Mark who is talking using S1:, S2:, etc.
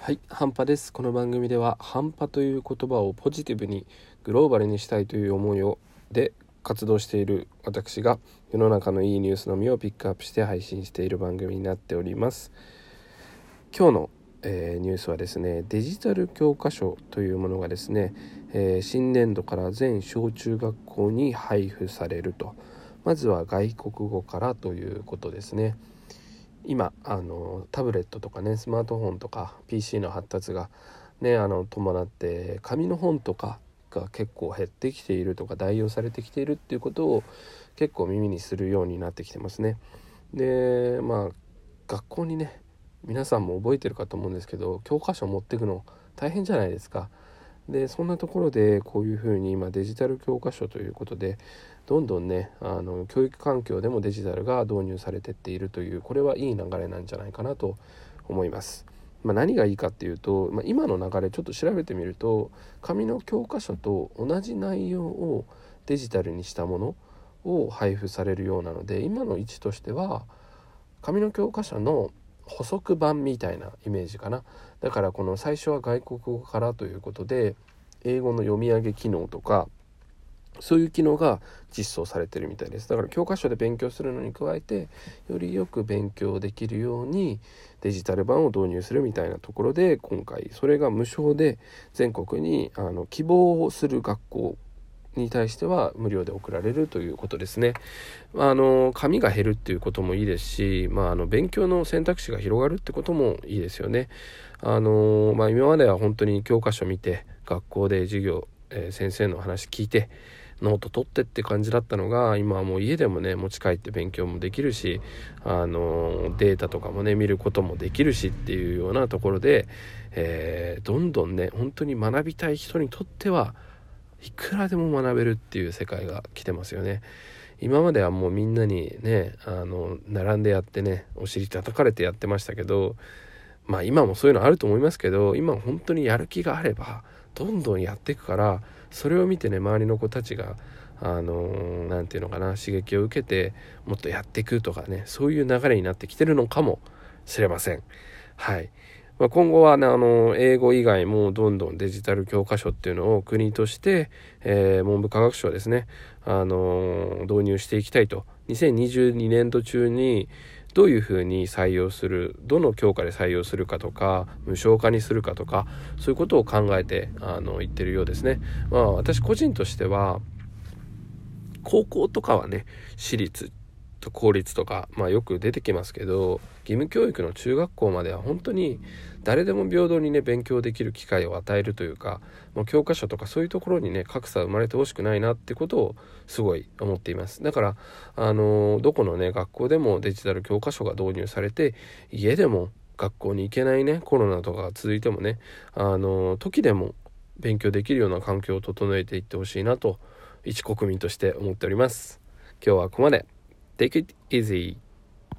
S1: はい、ハンパです。この番組ではハンパという言葉をポジティブにグローバルにしたいという思いで活動している私が世の中のいいニュースのみをピックアップして配信している番組になっております。今日の、ニュースはですね、デジタル教科書というものがですね、新年度から全小中学校に配布されると。まずは外国語からということですね。今タブレットとかね、スマートフォンとか PC の発達がね伴って紙の本とかが結構減ってきているとか代用されてきているっていうことを結構耳にするようになってきてますね。で学校にね、皆さんも覚えてるかと思うんですけど、教科書持っていくの大変じゃないですか。でそんなところでこういうふうに今デジタル教科書ということでどんどんね教育環境でもデジタルが導入されてっているという、これはいい流れなんじゃないかなと思います。何がいいかっていうと、今の流れちょっと調べてみると、紙の教科書と同じ内容をデジタルにしたものを配布されるようなので、今の位置としては紙の教科書の補足版みたいなイメージかな。だからこの最初は外国語からということで英語の読み上げ機能とかそういう機能が実装されてるみたいです。だから教科書で勉強するのに加えてよりよく勉強できるようにデジタル版を導入するみたいなところで、今回それが無償で全国に希望をする学校に対しては無料で送られるということですね。紙が減るっていうこともいいですし、勉強の選択肢が広がるってこともいいですよね。今までは本当に教科書見て学校で授業、先生の話聞いてノート取ってって感じだったのが、今はもう家でもね持ち帰って勉強もできるし、データとかもね見ることもできるしっていうようなところで、どんどんね本当に学びたい人にとってはいくらでも学べるっていう世界が来てますよね。今まではもうみんなにね並んでやってねお尻叩かれてやってましたけど、今もそういうのあると思いますけど、今本当にやる気があればどんどんやっていくから、それを見てね周りの子たちがなんていうのかな、刺激を受けてもっとやっていくとかね、そういう流れになってきてるのかもしれません。はい。今後はね英語以外もどんどんデジタル教科書っていうのを国として、文部科学省ですね導入していきたいと。2022年度中にどういうふうに採用する、どの教科で採用するかとか無償化にするかとか、そういうことを考えて言ってるようですね。私個人としては高校とかはね私立と公立とか、よく出てきますけど、義務教育の中学校までは本当に誰でも平等にね勉強できる機会を与えるというか、もう教科書とかそういうところにね格差生まれてほしくないなってことをすごい思っています。だからどこのね学校でもデジタル教科書が導入されて、家でも学校に行けないねコロナとかが続いてもね時でも勉強できるような環境を整えていってほしいなと一国民として思っております。今日はここまで。Take it easy.